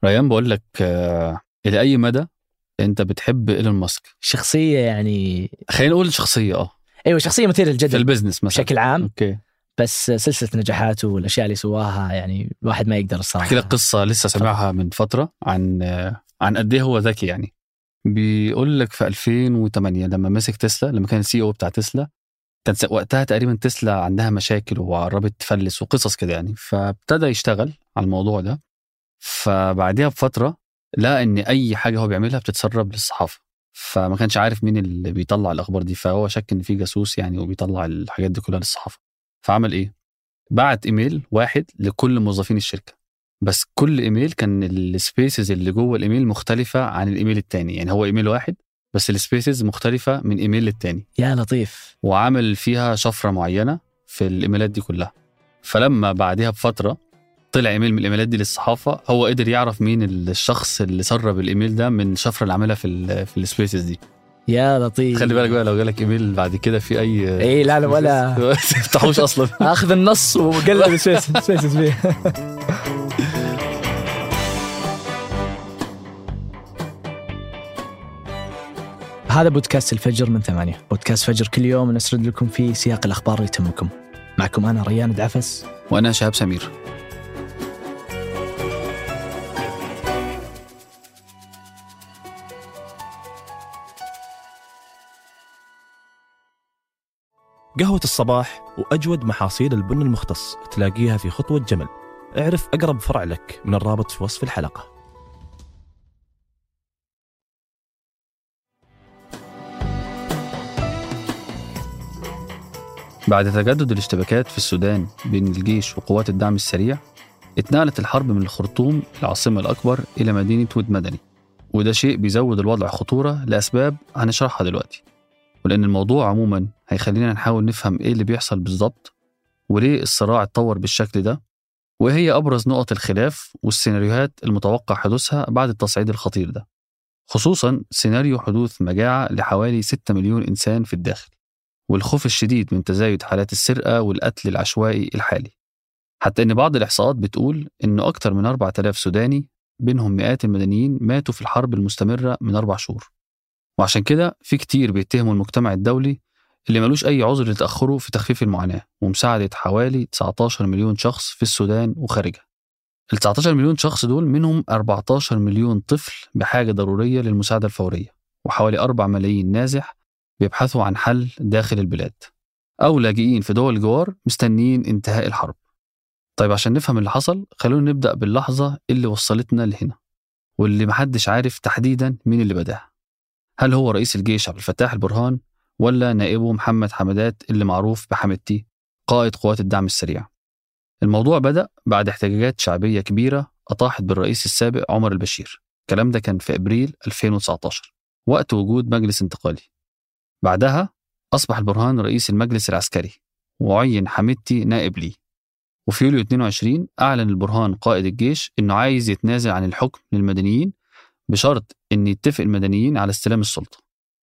ريان بقول لك إلى أي مدى أنت بتحب إيلون ماسك؟ شخصية يعني خلينا نقول شخصية أيوة شخصية مثيرة للجدل في البزنس مثلا بشكل عام. أوكي. بس سلسلة نجاحاته والأشياء اللي سواها يعني الواحد ما يقدر الصراحة. أحكي لك قصة لسه سمعها من فترة عن قد إيه هو ذكي. يعني بيقول لك في 2008 لما مسك تسلا، لما كان CEO بتاع تسلا، كان وقتها تقريبا تسلا عندها مشاكل وقربت تفلس وقصص كده يعني، فابتدى يشتغل على الموضوع ده. فبعدها بفترة لقى إن أي حاجة هو بيعملها بتتسرب للصحافة، فما كانش عارف مين اللي بيطلع الأخبار دي، فهو شك إن في جاسوس يعني وبيطلع الحاجات دي كلها للصحافة. فعمل إيه؟ بعت إيميل واحد لكل موظفين الشركة، بس كل إيميل كان السبيسز اللي جوه الإيميل مختلفة عن الإيميل التاني. يعني هو إيميل واحد بس السبيسز مختلفة من إيميل للتاني. يا لطيف. وعمل فيها شفرة معينة في الإيميلات دي كلها. فلما بعدها بفترة طلع إيميل من الإيميلات دي للصحافة، هو قدر يعرف مين الشخص اللي سرب الإيميل ده من الشفرة اللي عملها في السبيسز دي. يا لطيف. خلي بالك بقى لو جالك إيميل بعد كده في أي إيه لا ولا تحوش أصلا أخذ النص وقلب سبيسز فيه. هذا بودكاست الفجر من 8، بودكاست فجر كل يوم نسرد لكم فيه سياق الأخبار اللي تهمكم. معكم أنا ريان دعفس وأنا شهاب سمير. قهوة الصباح وأجود محاصيل البن المختص تلاقيها في خطوة جمل. اعرف أقرب فرع لك من الرابط في وصف الحلقة. بعد تجدد الاشتباكات في السودان بين الجيش وقوات الدعم السريع، اتنقلت الحرب من الخرطوم العاصمة الأكبر إلى مدينة ود مدني، وده شيء بيزود الوضع خطورة لأسباب هنشرحها دلوقتي. ولأن الموضوع عموما هيخلينا نحاول نفهم إيه اللي بيحصل بالضبط، وليه الصراع اتطور بالشكل ده، وإيه هي أبرز نقط الخلاف والسيناريوهات المتوقع حدوثها بعد التصعيد الخطير ده، خصوصا سيناريو حدوث مجاعة لحوالي 6 مليون إنسان في الداخل، والخوف الشديد من تزايد حالات السرقة والقتل العشوائي الحالي. حتى إن بعض الإحصاءات بتقول إن أكتر من 4000 سوداني بينهم مئات المدنيين ماتوا في الحرب المستمرة من 4 شهور. وعشان كده في كتير بيتهموا المجتمع الدولي اللي ملوش أي عذر لتأخره في تخفيف المعاناة ومساعدة حوالي 19 مليون شخص في السودان وخارجها. ال 19 مليون شخص دول منهم 14 مليون طفل بحاجة ضرورية للمساعدة الفورية، وحوالي 4 ملايين نازح بيبحثوا عن حل داخل البلاد، أو لاجئين في دول الجوار مستنيين انتهاء الحرب. طيب عشان نفهم اللي حصل خلونا نبدأ باللحظة اللي وصلتنا لهنا، واللي محدش عارف تحديدا مين اللي بداها. هل هو رئيس الجيش عبد الفتاح البرهان، ولا نائبه محمد حمدات اللي معروف بحمدتي قائد قوات الدعم السريع؟ الموضوع بدأ بعد احتجاجات شعبية كبيرة أطاحت بالرئيس السابق عمر البشير. الكلام ده كان في أبريل 2019 وقت وجود مجلس انتقالي. بعدها أصبح البرهان رئيس المجلس العسكري وعين حمدتي نائب ليه. وفي يوليو 22 أعلن البرهان قائد الجيش إنه عايز يتنازل عن الحكم للمدنيين بشرط إن يتفق المدنيين على استلام السلطة.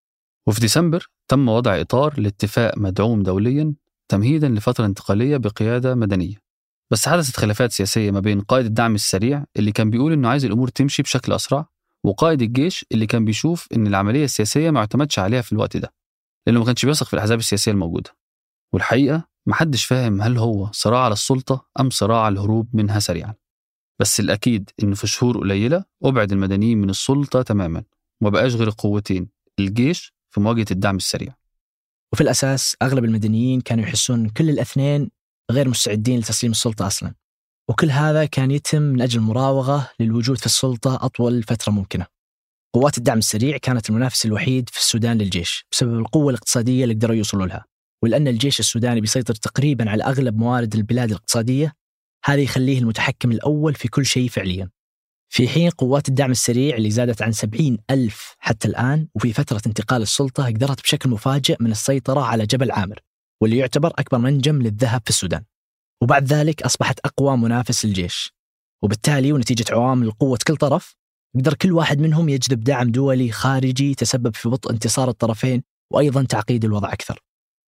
وفي ديسمبر تم وضع إطار لاتفاق مدعوم دوليا تمهيدا لفترة انتقالية بقيادة مدنية. بس حدثت خلافات سياسية ما بين قائد الدعم السريع اللي كان بيقول إنه عايز الأمور تمشي بشكل أسرع، وقائد الجيش اللي كان بيشوف إن العملية السياسية ما اعتمدش عليها في الوقت ده لأنه ما كانش بيثق في الأحزاب السياسية الموجودة. والحقيقة محدش فاهم هل هو صراع على السلطة أم صراع على الهروب منها سريعا. بس الأكيد إنه في شهور قليلة أبعد المدنيين من السلطة تماما، ومبقاش غير قوتين الجيش في مواجهة الدعم السريع. وفي الأساس أغلب المدنيين كانوا يحسون كل الاثنين غير مستعدين لتسليم السلطة أصلا، وكل هذا كان يتم من أجل المراوغة للوجود في السلطة أطول فترة ممكنة. قوات الدعم السريع كانت المنافس الوحيد في السودان للجيش بسبب القوة الاقتصادية اللي قدروا يوصلوا لها، ولأن الجيش السوداني بيسيطر تقريبا على أغلب موارد البلاد الاقتصادية، هذا يخليه المتحكم الأول في كل شيء فعليا. في حين قوات الدعم السريع اللي زادت عن 70,000 حتى الآن، وفي فترة انتقال السلطة قدرت بشكل مفاجئ من السيطرة على جبل عامر، واللي يعتبر أكبر منجم للذهب في السودان، وبعد ذلك أصبحت أقوى منافس للجيش. وبالتالي ونتيجة عوامل قوة كل طرف قدر كل واحد منهم يجذب دعم دولي خارجي تسبب في بطء انتصار الطرفين وأيضا تعقيد الوضع أكثر.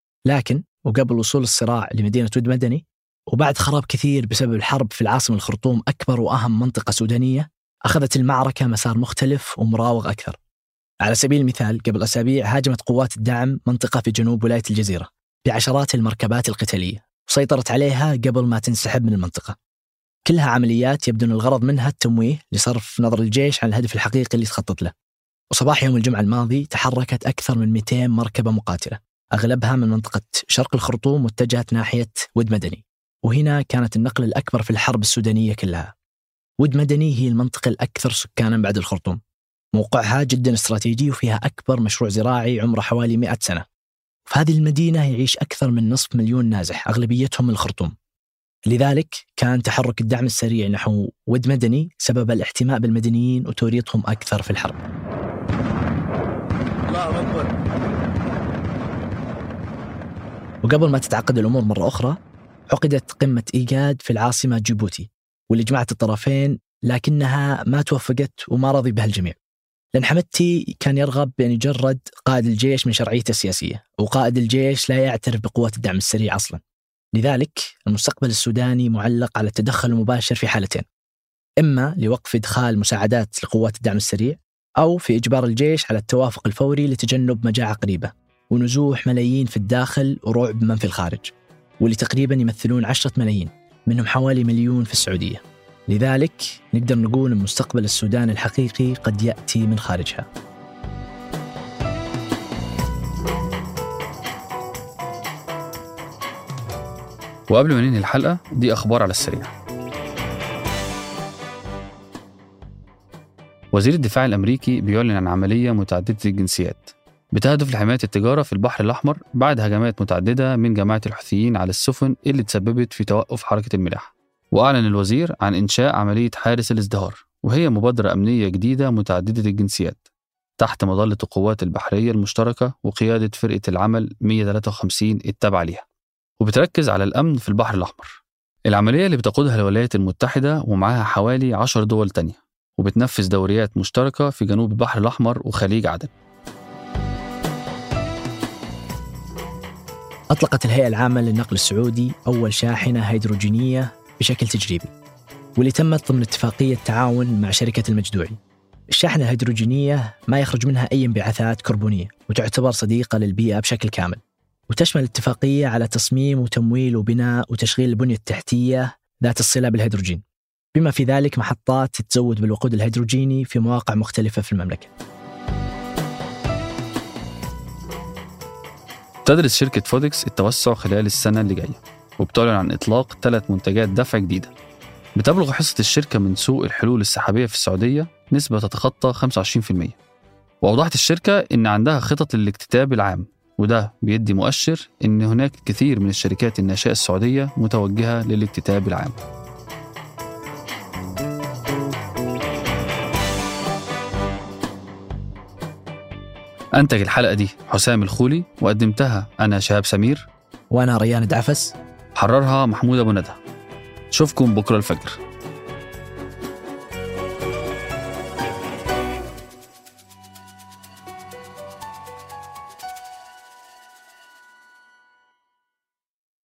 لكن وقبل وصول الصراع لمدينة ود مدني، وبعد خراب كثير بسبب الحرب في العاصمة الخرطوم أكبر وأهم منطقة سودانية، أخذت المعركة مسار مختلف ومراوغ أكثر. على سبيل المثال قبل أسابيع هاجمت قوات الدعم منطقة في جنوب ولاية الجزيرة بعشرات المركبات القتالية وسيطرت عليها قبل ما تنسحب من المنطقة. كلها عمليات يبدو أن الغرض منها التمويه لصرف نظر الجيش عن الهدف الحقيقي اللي تخطط له. وصباح يوم الجمعة الماضي تحركت أكثر من 200 مركبة مقاتلة أغلبها من منطقة شرق الخرطوم واتجهت ناحية ود مدني، وهنا كانت النقلة الأكبر في الحرب السودانية كلها. ود مدني هي المنطقة الأكثر سكانا بعد الخرطوم، موقعها جدا استراتيجي وفيها أكبر مشروع زراعي عمره حوالي 100 سنة. في هذه المدينة يعيش أكثر من 500,000 نازح أغلبيتهم من الخرطوم. لذلك كان تحرك الدعم السريع نحو ود مدني سبب الاحتماء بالمدنيين وتوريطهم أكثر في الحرب. الله أكبر. وقبل ما تتعقد الأمور مرة أخرى عقدت قمة إيجاد في العاصمة جيبوتي واللي جمعت الطرفين، لكنها ما توفقت وما رضي بها الجميع، لأن حمدتي كان يرغب بأن يجرد قائد الجيش من شرعيته السياسية، وقائد الجيش لا يعترف بقوات الدعم السريع أصلا. لذلك المستقبل السوداني معلق على التدخل المباشر في حالتين: إما لوقف إدخال مساعدات لقوات الدعم السريع، أو في إجبار الجيش على التوافق الفوري لتجنب مجاعة قريبة ونزوح ملايين في الداخل ورعب من في الخارج، واللي تقريبا يمثلون 10 ملايين، منهم حوالي 1,000,000 في السعودية. لذلك نقدر نقول أن مستقبل السودان الحقيقي قد يأتي من خارجها. وقبل ما ننهي الحلقة دي أخبار على السريع. وزير الدفاع الأمريكي بيعلن عن عملية متعددة الجنسيات بتهدف لحماية التجارة في البحر الأحمر بعد هجمات متعددة من جماعة الحوثيين على السفن اللي تسببت في توقف حركة الملاحة. وأعلن الوزير عن إنشاء عملية حارس الازدهار، وهي مبادرة أمنية جديدة متعددة الجنسيات تحت مظلة القوات البحرية المشتركة وقيادة فرقة العمل 153 التابعة ليها، وبتركز على الأمن في البحر الأحمر. العملية اللي بتقودها الولايات المتحدة ومعها حوالي 10 دول تانية، وبتنفذ دوريات مشتركة في جنوب البحر الأحمر وخليج عدن. أطلقت الهيئة العامة للنقل السعودي أول شاحنة هيدروجينية بشكل تجريبي، واللي تمت ضمن اتفاقية تعاون مع شركة المجدوعي. الشاحنة الهيدروجينية ما يخرج منها أي انبعاثات كربونية وتعتبر صديقة للبيئة بشكل كامل، وتشمل الاتفاقية على تصميم وتمويل وبناء وتشغيل البنية التحتية ذات الصلة بالهيدروجين، بما في ذلك محطات تتزود بالوقود الهيدروجيني في مواقع مختلفة في المملكة. تدرس شركة فودكس التوسع خلال السنة اللي جاية، وبتعلن عن إطلاق 3 منتجات دفع جديدة. بتبلغ حصة الشركة من سوق الحلول السحابية في السعودية نسبة تتخطى 25%. وأوضحت الشركة إن عندها خطط للاكتتاب العام، وده بيدي مؤشر إن هناك كثير من الشركات الناشئة السعودية متوجهة للاكتتاب العام. أنتج الحلقة دي حسام الخولي، وقدمتها أنا شهاب سمير، وأنا ريان دعفس، حررها محمود أبو ندى. شوفكم بكرة الفجر.